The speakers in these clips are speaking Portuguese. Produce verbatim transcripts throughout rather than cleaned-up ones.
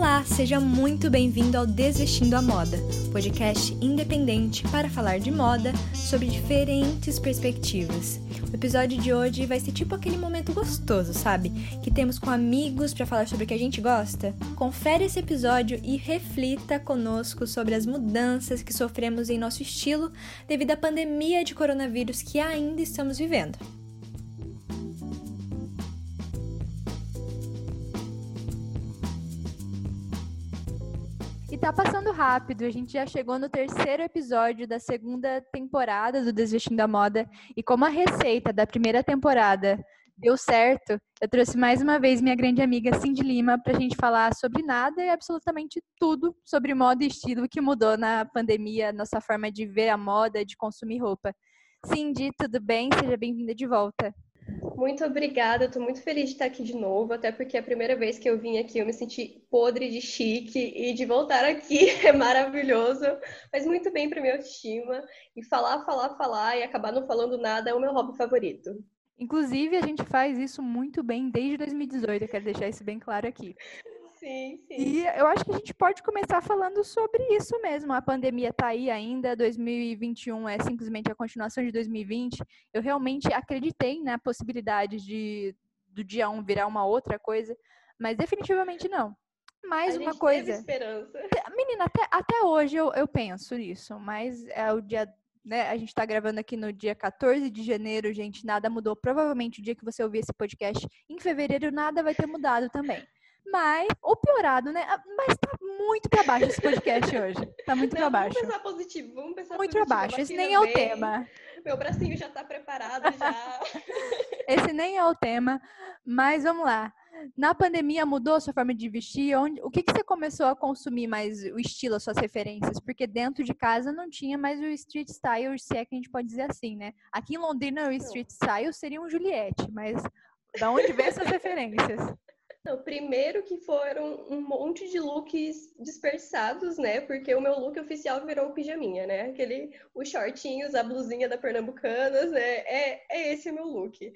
Olá, seja muito bem-vindo ao Desvestindo a Moda, podcast independente para falar de moda sob diferentes perspectivas. O episódio de hoje vai ser tipo aquele momento gostoso, sabe? Que temos com amigos para falar sobre o que a gente gosta. Confere esse episódio e reflita conosco sobre as mudanças que sofremos em nosso estilo devido à pandemia de coronavírus que ainda estamos vivendo. E tá passando rápido, a gente já chegou no terceiro episódio da segunda temporada do Desvestindo a Moda. E como a receita da primeira temporada deu certo, eu trouxe mais uma vez minha grande amiga Cindy Lima pra gente falar sobre nada e absolutamente tudo sobre moda e estilo que mudou na pandemia, nossa forma de ver a moda, de consumir roupa. Cindy, tudo bem? Seja bem-vinda de volta. Muito obrigada, eu tô muito feliz de estar aqui de novo, até porque a primeira vez que eu vim aqui eu me senti podre de chique e de voltar aqui é maravilhoso, faz muito bem pra minha autoestima e falar, falar, falar e acabar não falando nada é o meu hobby favorito. Inclusive, a gente faz isso muito bem desde dois mil e dezoito, eu quero deixar isso bem claro aqui. Sim, sim. E eu acho que a gente pode começar falando sobre isso mesmo. A pandemia tá aí ainda, dois mil e vinte e um é simplesmente a continuação de dois mil e vinte. Eu realmente acreditei na possibilidade de do dia um virar uma outra coisa, mas definitivamente não. Mais a uma gente coisa. Teve esperança. Menina, até, até hoje eu, eu penso nisso, mas é o dia, né? A gente tá gravando aqui no dia quatorze de janeiro, gente, nada mudou. Provavelmente o dia que você ouvir esse podcast, em fevereiro, nada vai ter mudado também. Mas, ou piorado, né? Mas tá muito pra baixo esse podcast hoje. Tá muito Não, pra baixo. Vamos pensar positivo, vamos pensar muito positivo. Muito pra baixo, esse nem é o tema. Meu bracinho já tá preparado, já. Esse nem é o tema, mas vamos lá. Na pandemia mudou a sua forma de vestir? Onde, o que, que você começou a consumir mais o estilo, as suas referências? Porque dentro de casa não tinha mais o street style, se é que a gente pode dizer assim, né? Aqui em Londrina o street style seria um Juliette, mas da onde vem essas referências? Não, primeiro que foram um monte de looks dispersados, né? Porque o meu look oficial virou o pijaminha, né? Aquele, os shortinhos, a blusinha da Pernambucanas, né? É, é esse o meu look.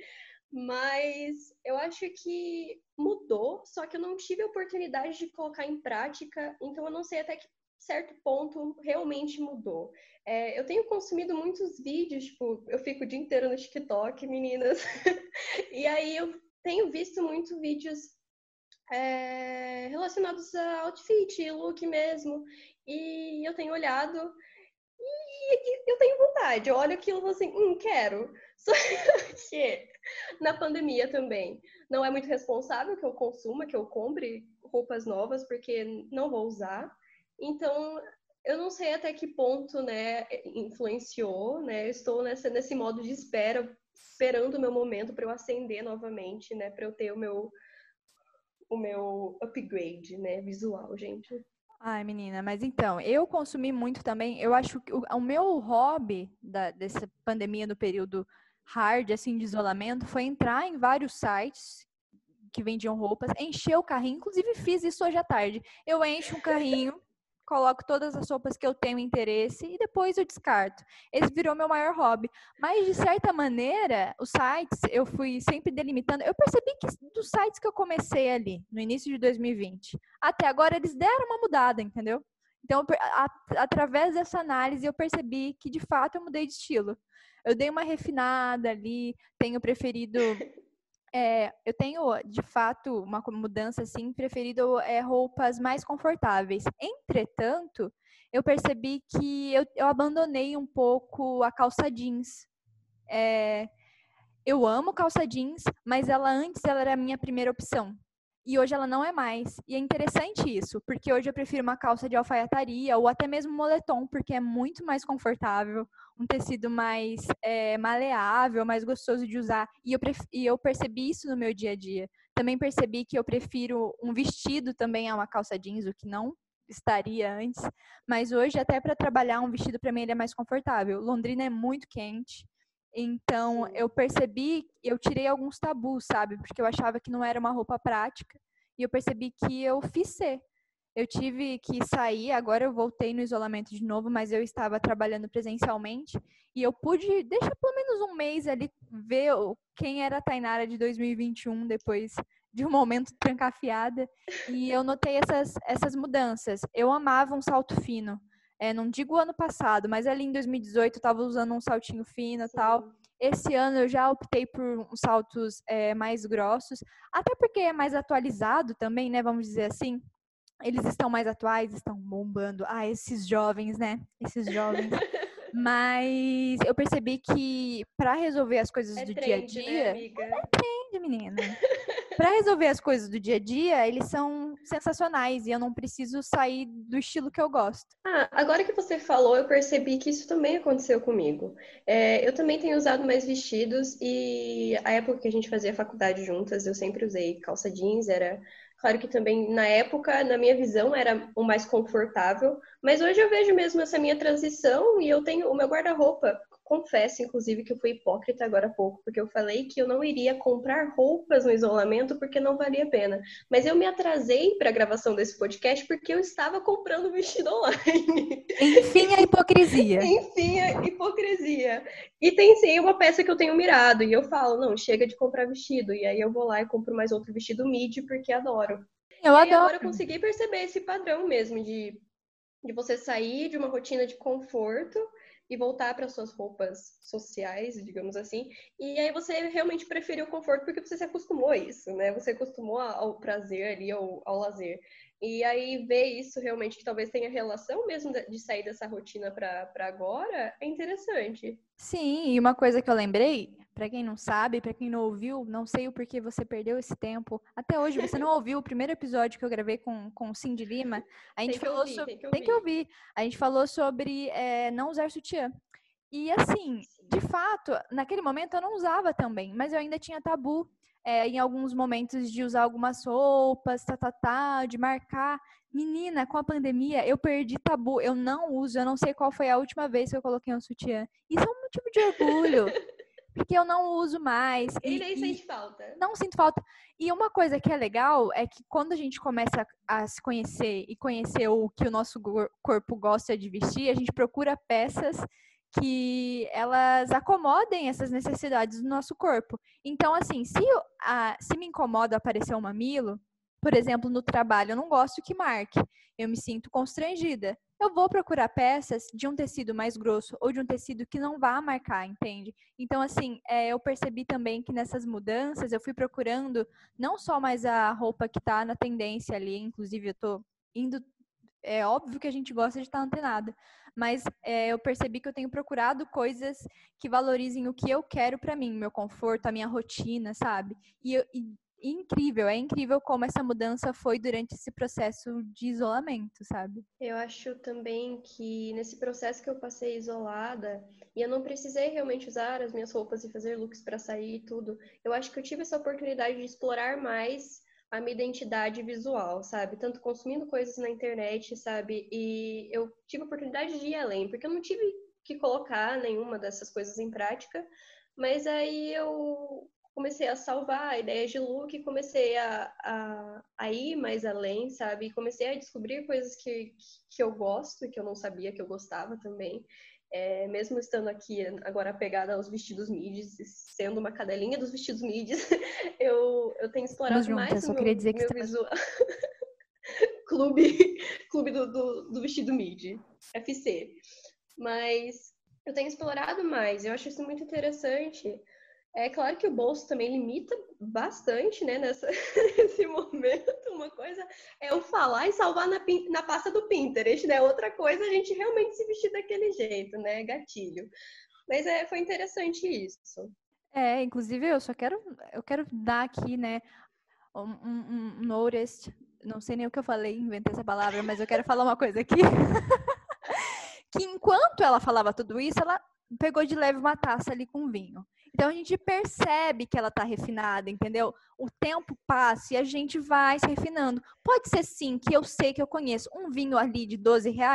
Mas eu acho que mudou, só que eu não tive a oportunidade de colocar em prática, então eu não sei até que certo ponto realmente mudou. É, eu tenho consumido muitos vídeos, tipo, eu fico o dia inteiro no TikTok, meninas, e aí eu tenho visto muitos vídeos É, relacionados a outfit, look mesmo. E eu tenho olhado e eu tenho vontade. Eu olho aquilo e falo assim, hum, quero. Só que na pandemia também não é muito responsável que eu consuma, que eu compre roupas novas, porque não vou usar. Então, eu não sei até que ponto, né, influenciou, né? Eu estou nessa, nesse modo de espera, esperando o meu momento para eu acender novamente, né? Para eu ter o meu o meu upgrade, né, visual, gente. Ai, menina, mas então, eu consumi muito também, eu acho que o, o meu hobby da, dessa pandemia no período hard, assim, de isolamento, foi entrar em vários sites que vendiam roupas, encher o carrinho, inclusive fiz isso hoje à tarde. Eu encho um carrinho, coloco todas as roupas que eu tenho interesse e depois eu descarto. Esse virou meu maior hobby. Mas, de certa maneira, os sites, eu fui sempre delimitando. Eu percebi que dos sites que eu comecei ali, no início de dois mil e vinte, até agora eles deram uma mudada, entendeu? Então, a, através dessa análise, eu percebi que, de fato, eu mudei de estilo. Eu dei uma refinada ali, tenho preferido... É, eu tenho, de fato, uma mudança, assim, preferido é, roupas mais confortáveis. Entretanto, eu percebi que eu, eu abandonei um pouco a calça jeans. É, eu amo calça jeans, mas ela antes ela era a minha primeira opção. E hoje ela não é mais. E é interessante isso, porque hoje eu prefiro uma calça de alfaiataria ou até mesmo moletom, porque é muito mais confortável, um tecido mais é, maleável, mais gostoso de usar. E eu, pref... e eu percebi isso no meu dia a dia. Também percebi que eu prefiro um vestido também a uma calça jeans, o que não estaria antes. Mas hoje, até para trabalhar, um vestido para mim ele é mais confortável. Londrina é muito quente. Então, Sim. eu percebi, eu tirei alguns tabus, sabe? Porque eu achava que não era uma roupa prática. E eu percebi que eu fiz ser. Eu tive que sair, agora eu voltei no isolamento de novo, mas eu estava trabalhando presencialmente. E eu pude, deixa pelo menos um mês ali, ver quem era a Tainara de dois mil e vinte e um depois de um momento trancafiada e eu notei essas, essas mudanças. Eu amava um salto fino. É, não digo o ano passado, mas ali em dois mil e dezoito eu tava usando um saltinho fino e tal. Esse ano eu já optei por uns saltos é, mais grossos, até porque é mais atualizado também, né? Vamos dizer assim. Eles estão mais atuais, estão bombando. Ah, esses jovens, né? Esses jovens. Mas eu percebi que para resolver as coisas É do trend, dia a né, dia, amiga? é trend, menina. Para resolver as coisas do dia a dia, eles são sensacionais e eu não preciso sair do estilo que eu gosto. Ah, agora que você falou, eu percebi que isso também aconteceu comigo. É, eu também tenho usado mais vestidos e a época que a gente fazia faculdade juntas, eu sempre usei calça jeans, era claro que também na época, na minha visão, era o mais confortável, mas hoje eu vejo mesmo essa minha transição e eu tenho o meu guarda-roupa. Confesso, inclusive, que eu fui hipócrita agora há pouco, porque eu falei que eu não iria comprar roupas no isolamento porque não valia a pena. Mas eu me atrasei para a gravação desse podcast porque eu estava comprando vestido online. Enfim, a hipocrisia. Enfim, a hipocrisia. E tem sim uma peça que eu tenho mirado e eu falo, não, chega de comprar vestido. E aí eu vou lá e compro mais outro vestido midi porque adoro. Eu E aí adoro. agora eu consegui perceber esse padrão mesmo de, de você sair de uma rotina de conforto e voltar para suas roupas sociais, digamos assim. E aí você realmente preferiu o conforto porque você se acostumou a isso, né? Você acostumou ao prazer ali, ao, ao lazer. E aí ver isso realmente, que talvez tenha relação mesmo de sair dessa rotina para agora, é interessante. Sim, e uma coisa que eu lembrei, para quem não sabe, para quem não ouviu, não sei o porquê você perdeu esse tempo. Até hoje você não ouviu o primeiro episódio que eu gravei com, com o Cindy Lima. A gente Tem que falou ouvir, sobre. tem que Tem que ouvir. ouvir. A gente falou sobre é, não usar sutiã. E assim, de fato, naquele momento eu não usava também, mas eu ainda tinha tabu é, em alguns momentos de usar algumas roupas, tá, tá, tá, de marcar. Menina, com a pandemia, eu perdi tabu, eu não uso, eu não sei qual foi a última vez que eu coloquei um sutiã. Isso é um motivo de orgulho, porque eu não uso mais E e, nem e sente falta. não sinto falta. E uma coisa que é legal é que quando a gente começa a, a se conhecer e conhecer o que o nosso corpo gosta de vestir, a gente procura peças que elas acomodem essas necessidades do nosso corpo. Então, assim, se, eu, a, se me incomoda aparecer um mamilo, por exemplo, no trabalho, eu não gosto que marque, eu me sinto constrangida. Eu vou procurar peças de um tecido mais grosso ou de um tecido que não vá marcar, entende? Então, assim, é, eu percebi também que nessas mudanças eu fui procurando não só mais a roupa que está na tendência ali, inclusive eu tô indo. É óbvio que a gente gosta de estar antenada, mas é, eu percebi que eu tenho procurado coisas que valorizem o que eu quero para mim, meu conforto, a minha rotina, sabe? E, eu, e incrível, é incrível como essa mudança foi durante esse processo de isolamento, sabe? Eu acho também que nesse processo que eu passei isolada, e eu não precisei realmente usar as minhas roupas e fazer looks para sair e tudo, eu acho que eu tive essa oportunidade de explorar mais a minha identidade visual, sabe? Tanto consumindo coisas na internet, sabe? E eu tive a oportunidade de ir além, porque eu não tive que colocar nenhuma dessas coisas em prática, mas aí eu comecei a salvar ideias de look e comecei a, a, a ir mais além, sabe? E comecei a descobrir coisas que, que eu gosto e que eu não sabia que eu gostava também. É, mesmo estando aqui agora apegada aos vestidos midis, sendo uma cadelinha dos vestidos midis, eu, eu tenho Estamos explorado juntas, mais eu o só queria meu, dizer que meu estamos visual. clube clube do, do, do vestido midi, F C. Mas eu tenho explorado mais, eu acho isso muito interessante. É claro que o bolso também limita bastante, né, nessa, nesse momento. Uma coisa é eu falar e salvar na, na pasta do Pinterest, né? Outra coisa é a gente realmente se vestir daquele jeito, né? Gatilho. Mas é, foi interessante isso. É, inclusive eu só quero, eu quero dar aqui, né, um, um, um notice, não sei nem o que eu falei, inventei essa palavra, mas eu quero falar uma coisa aqui. Que enquanto ela falava tudo isso, ela pegou de leve uma taça ali com vinho. Então a gente percebe que ela tá refinada, entendeu? O tempo passa e a gente vai se refinando. Pode ser sim que eu sei que eu conheço um vinho ali de doze reais?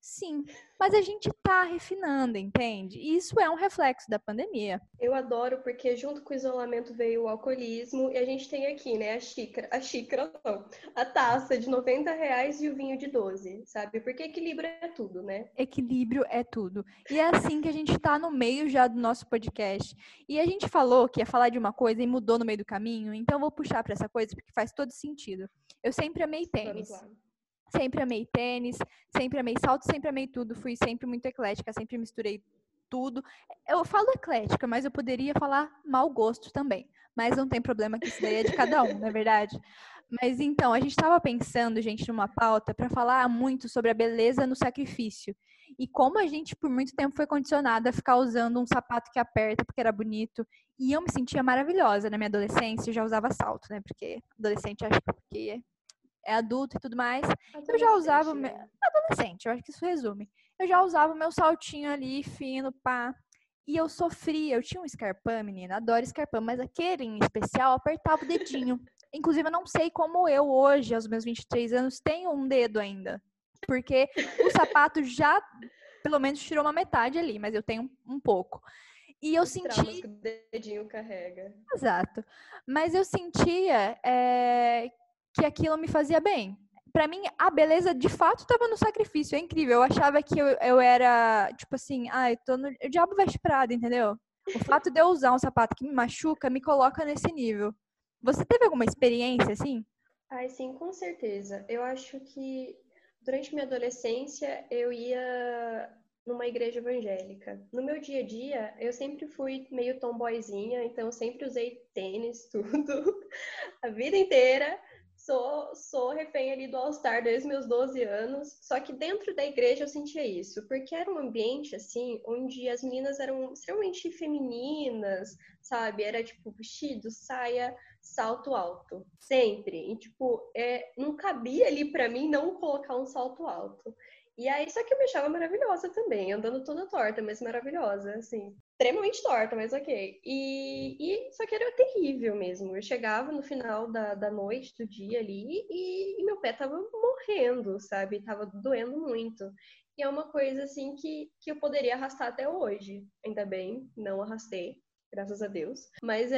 Sim, mas a gente tá refinando, entende? E isso é um reflexo da pandemia. Eu adoro porque junto com o isolamento veio o alcoolismo e a gente tem aqui, né, a xícara, a xícara não, a taça de noventa reais e o vinho de doze, sabe? Porque equilíbrio é tudo, né? Equilíbrio é tudo. E é assim que a gente tá no meio já do nosso podcast. E a gente falou que ia falar de uma coisa e mudou no meio do caminho, então eu vou puxar pra essa coisa porque faz todo sentido. Eu sempre amei Vamos tênis. lá. Sempre amei tênis, sempre amei salto, sempre amei tudo. Fui sempre muito eclética, sempre misturei tudo. Eu falo eclética, mas eu poderia falar mau gosto também. Mas não tem problema que isso daí é de cada um, não é verdade? Mas então, a gente estava pensando, gente, numa pauta para falar muito sobre a beleza no sacrifício. E como a gente, por muito tempo, foi condicionada a ficar usando um sapato que aperta porque era bonito. E eu me sentia maravilhosa na minha adolescência, eu já usava salto, né? Porque adolescente acha que é adulto e tudo mais. Eu já usava. Adolescente, o meu- né? Adolescente, eu acho que isso resume. Eu já usava o meu saltinho ali, fino, pá. E eu sofria. Eu tinha um Scarpam, menina, adoro Scarpam, mas aquele em especial apertava o dedinho. Inclusive, eu não sei como eu, hoje, aos meus vinte e três anos, tenho um dedo ainda. Porque o sapato já, pelo menos, tirou uma metade ali, mas eu tenho um pouco. E eu Os traumas senti. que o dedinho carrega. Exato. Mas eu sentia é, que aquilo me fazia bem. Pra mim, a beleza de fato estava no sacrifício. É incrível. Eu achava que eu, eu era, tipo assim, ah, eu tô no. O diabo veste Prada, entendeu? O fato de eu usar um sapato que me machuca me coloca nesse nível. Você teve alguma experiência assim? Ai, sim, com certeza. Eu acho que durante minha adolescência eu ia numa igreja evangélica. No meu dia a dia, eu sempre fui meio tomboyzinha, então eu sempre usei tênis, tudo, a vida inteira. Sou, sou refém ali do All Star desde meus doze anos. Só que dentro da igreja eu sentia isso, porque era um ambiente assim, onde as meninas eram extremamente femininas, sabe? Era tipo vestido, saia, salto alto, sempre. E, tipo, é, não cabia ali pra mim não colocar um salto alto. E aí, só que eu me achava maravilhosa também, andando toda torta, mas maravilhosa, assim. Extremamente torta, mas ok. E, e só que era terrível mesmo. Eu chegava no final da, da noite, do dia ali, e, e meu pé tava morrendo, sabe? Tava doendo muito. E é uma coisa, assim, que, que eu poderia arrastar até hoje. Ainda bem, não arrastei, graças a Deus. Mas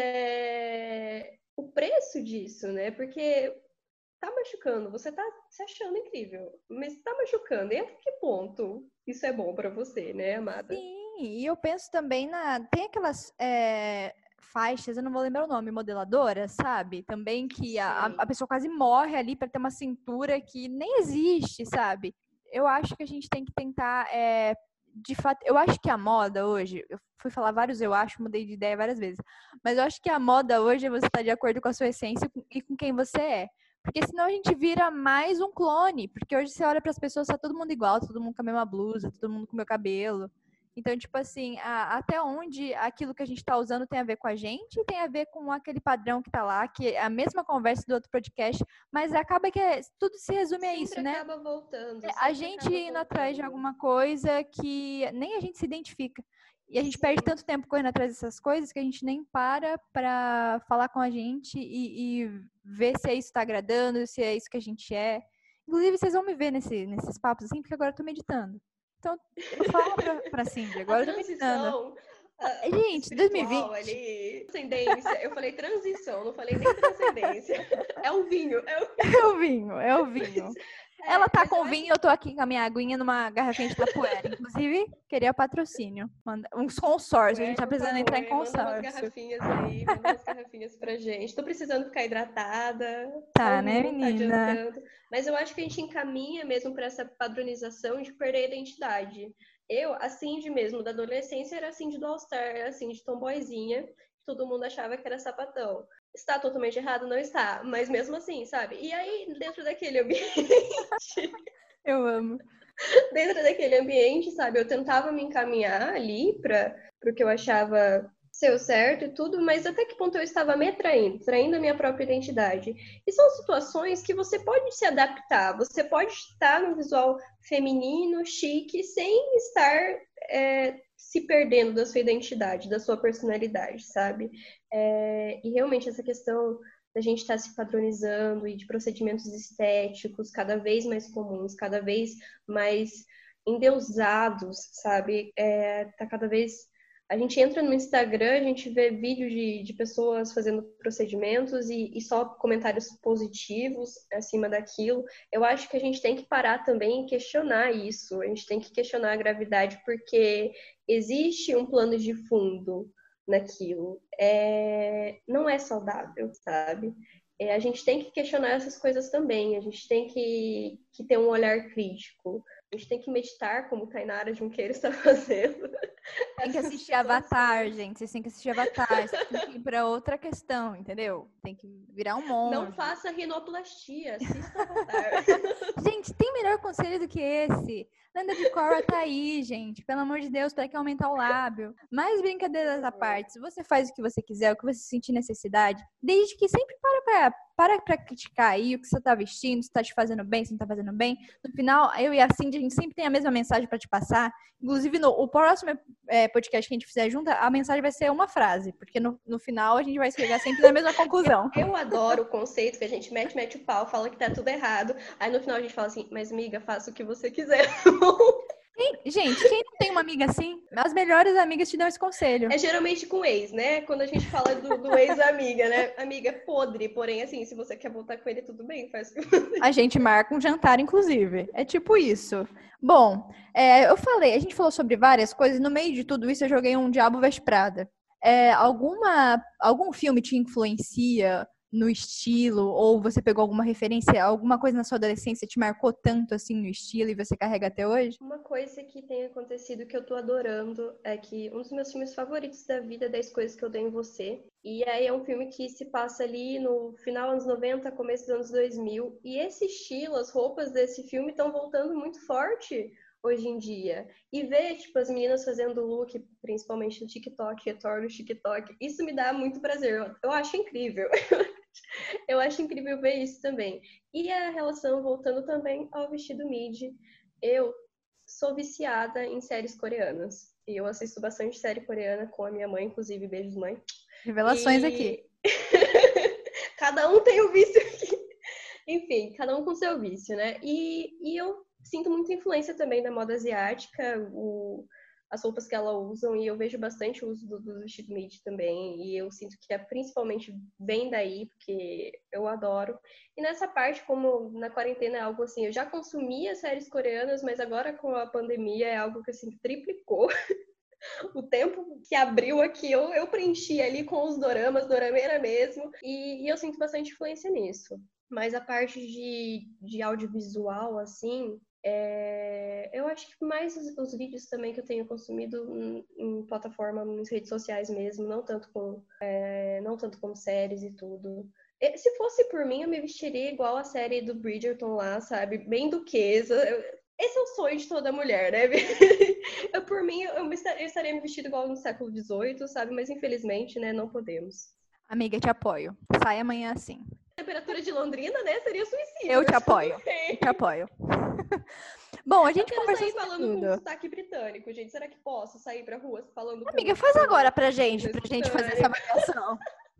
é o preço disso, né? Porque tá machucando, você tá se achando incrível, mas tá machucando. E até que ponto isso é bom pra você, né, amada? Sim, e eu penso também na. Tem aquelas é, faixas, eu não vou lembrar o nome, modeladora, sabe? Também que a, a Sei. pessoa quase morre ali para ter uma cintura que nem existe, sabe? Eu acho que a gente tem que tentar. É, de fato, eu acho que a moda hoje, eu fui falar vários, eu acho, mudei de ideia várias vezes, mas eu acho que a moda hoje é você estar de acordo com a sua essência e com quem você é. Porque senão a gente vira mais um clone. Porque hoje você olha para as pessoas, tá todo mundo igual, todo mundo com a mesma blusa, todo mundo com o meu cabelo. Então, tipo assim, a, até onde aquilo que a gente está usando tem a ver com a gente e tem a ver com aquele padrão que está lá, que é a mesma conversa do outro podcast, mas acaba que é, tudo se resume a isso, Sempre né? acaba voltando, A sempre gente acaba indo atrás de voltando. alguma coisa que nem a gente se identifica. E a gente perde Sim. tanto tempo correndo atrás dessas coisas que a gente nem para para falar com a gente e, e ver se é isso que está agradando, se é isso que a gente é. Inclusive, vocês vão me ver nesse, nesses papos assim, porque agora eu tô meditando. Então, eu falo pra, pra Cindy, A agora eu tô meditando. transição ah, Gente, espiritual dois mil e vinte. ali, transcendência. Eu falei transição, não falei nem transcendência. É o vinho, é o É o vinho, é o vinho. mas, Ela é, tá mas eu com acho vinho, eu tô aqui com a minha aguinha numa garrafinha de tapoeira. Inclusive, queria patrocínio. Manda, uns consórcios, a gente é, tá por precisando favor, entrar em hein, manda umas consórcio. garrafinhas aí, manda umas garrafinhas pra gente. Tô precisando ficar hidratada, só Tá, o né, vinho não tá menina? adiantando. Mas eu acho que a gente encaminha mesmo para essa padronização de perder a identidade. Eu, a Cindy mesmo, da adolescência, era a Cindy do All Star, era a Cindy tomboyzinha, que todo mundo achava que era sapatão. Está totalmente errado? Não está, mas mesmo assim, sabe? E aí, dentro daquele ambiente, Eu amo. dentro daquele ambiente, sabe? Eu tentava me encaminhar ali para o que eu achava ser o certo e tudo, mas até que ponto eu estava me traindo, traindo a minha própria identidade. E são situações que você pode se adaptar, você pode estar no visual feminino, chique, sem estar é, se perdendo da sua identidade, da sua personalidade, sabe? É, e realmente essa questão da gente estar se padronizando e de procedimentos estéticos cada vez mais comuns, cada vez mais endeusados, sabe? É, tá cada vez... A gente entra no Instagram, a gente vê vídeos de, de pessoas fazendo procedimentos e, e só comentários positivos acima daquilo. Eu acho que a gente tem que parar também e questionar isso. A gente tem que questionar a gravidade, porque existe um plano de fundo naquilo. É, não é saudável, sabe? É, a gente tem que questionar essas coisas também. A gente tem que, que ter um olhar crítico. A gente tem que meditar, como Tainara Junqueira está fazendo. Tem que assistir Avatar, gente. Vocês têm que assistir Avatar. Vocês têm que ir pra outra questão, entendeu? Tem que virar um monge. Não faça rinoplastia, assista Avatar. Gente, tem melhor conselho do que esse? Lenda de Korra tá aí, gente. Pelo amor de Deus, tem que aumentar o lábio. Mais brincadeiras à parte. Se você faz o que você quiser, o que você sentir necessidade, desde que sempre para pra, para pra criticar aí o que você tá vestindo, se tá te fazendo bem, se não tá fazendo bem. No final, eu e a Cindy, a gente sempre tem a mesma mensagem pra te passar. Inclusive, no o próximo é, podcast que a gente fizer junto, a mensagem vai ser uma frase. Porque no, no final, a gente vai chegar sempre na mesma conclusão. Eu, eu adoro o conceito que a gente mete, mete o pau, fala que tá tudo errado. Aí no final a gente fala assim, mas amiga, faça o que você quiser. Quem, gente, quem não tem uma amiga assim? As melhores amigas te dão esse conselho. É geralmente com ex, né? Quando a gente fala do, do ex-amiga, né? Amiga podre, porém, assim, se você quer voltar com ele, tudo bem, faz o que você... A gente marca um jantar, inclusive. É tipo isso. Bom, é, eu falei, a gente falou sobre várias coisas. No meio de tudo isso, eu joguei um Diabo Veste Prada. É, alguma, algum filme te influencia no estilo? Ou você pegou alguma referência, alguma coisa na sua adolescência te marcou tanto assim no estilo e você carrega até hoje? Uma coisa que tem acontecido que eu tô adorando é que um dos meus filmes favoritos da vida é dez Coisas que Eu Dei em Você. E aí é um filme que se passa ali no final dos anos noventa, começo dos anos dois mil. E esse estilo, as roupas desse filme estão voltando muito forte hoje em dia. E ver, tipo, as meninas fazendo look, principalmente no TikTok, retorno no TikTok, isso me dá muito prazer. Eu, eu acho incrível. Eu acho incrível ver isso também. E a relação, voltando também ao vestido midi, eu sou viciada em séries coreanas. E eu assisto bastante série coreana com a minha mãe, inclusive, beijos, mãe. Revelações e... aqui. Cada um tem o vício aqui. Enfim, cada um com seu vício, né? E, e eu sinto muita influência também da moda asiática, o... as roupas que ela usam, e eu vejo bastante o uso do, do vestido midi também, e eu sinto que é principalmente bem daí, porque eu adoro. E nessa parte, como na quarentena é algo assim, eu já consumia séries coreanas, mas agora com a pandemia é algo que assim, triplicou. O tempo que abriu aqui, eu, eu preenchi ali com os doramas, dorameira mesmo, e, e eu sinto bastante influência nisso. Mas a parte de, de audiovisual, assim, é, eu acho que mais os, os vídeos também que eu tenho consumido em, em plataforma, nas redes sociais mesmo, não tanto com, é, não tanto com séries e tudo. E, se fosse por mim, eu me vestiria igual a série do Bridgerton lá, sabe? Bem duquesa. Eu, esse é o sonho de toda mulher, né? Eu, por mim, eu, me, eu estaria me vestindo igual no século dezoito, sabe? Mas infelizmente, né, não podemos. Amiga, te apoio. Sai amanhã assim. Temperatura de Londrina, né? Seria suicídio. Eu te apoio. Eu te apoio. Bom, a gente eu conversou sair falando tudo. com sotaque britânico, gente. Será que posso sair pra rua falando Amiga, com... faz com, agora pra gente, pra gente fazer essa avaliação.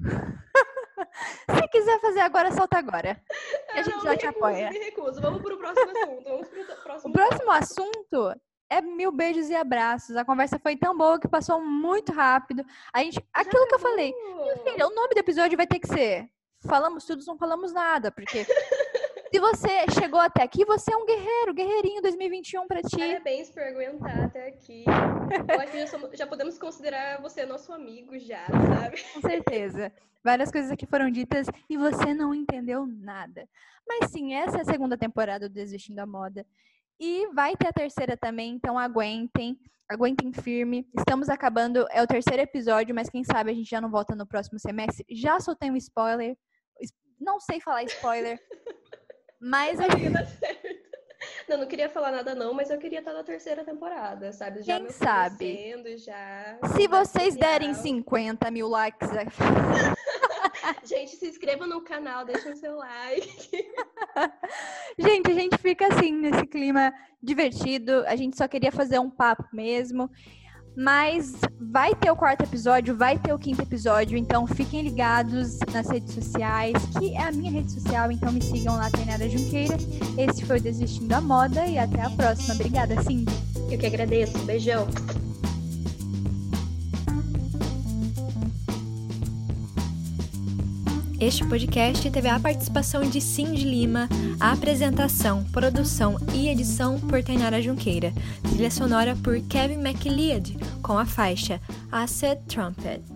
Se quiser fazer agora, solta agora. Que a gente não, já me te recuso, apoia. Me recuso. Vamos pro próximo assunto. Vamos pro próximo O próximo assunto é mil beijos e abraços. A conversa foi tão boa que passou muito rápido. A gente, aquilo que eu falei, minha filha, o nome do episódio vai ter que ser Falamos Tudo, Não Falamos Nada, porque se você chegou até aqui, você é um guerreiro, guerreirinho dois mil e vinte e um pra ti. Parabéns por aguentar até aqui. Eu acho que já, somos, já podemos considerar você nosso amigo já, sabe? Com certeza. Várias coisas aqui foram ditas e você não entendeu nada. Mas sim, essa é a segunda temporada do Desvestindo a Moda. E vai ter a terceira também, então aguentem. Aguentem firme. Estamos acabando, é o terceiro episódio, mas quem sabe a gente já não volta no próximo semestre. Já soltei um spoiler. Não sei falar spoiler. Mas a gente... Não, não queria falar nada não, mas eu queria estar na terceira temporada, sabe? Já Quem sabe? Já, se vocês derem cinquenta mil likes... Gente, se inscreva no canal, deixa o seu like. Gente, a gente fica assim, nesse clima divertido. A gente só queria fazer um papo mesmo. Mas vai ter o quarto episódio, vai ter o quinto episódio, então fiquem ligados nas redes sociais, que é a minha rede social, então me sigam lá, Tainara Junqueira. Esse foi o Desistindo da Moda e até a próxima. Obrigada, Cindy. Eu que agradeço. Beijão. Este podcast teve a participação de Cindy Lima, a apresentação, produção e edição por Tainara Junqueira, trilha sonora por Kevin MacLeod, com a faixa Acid Trumpet.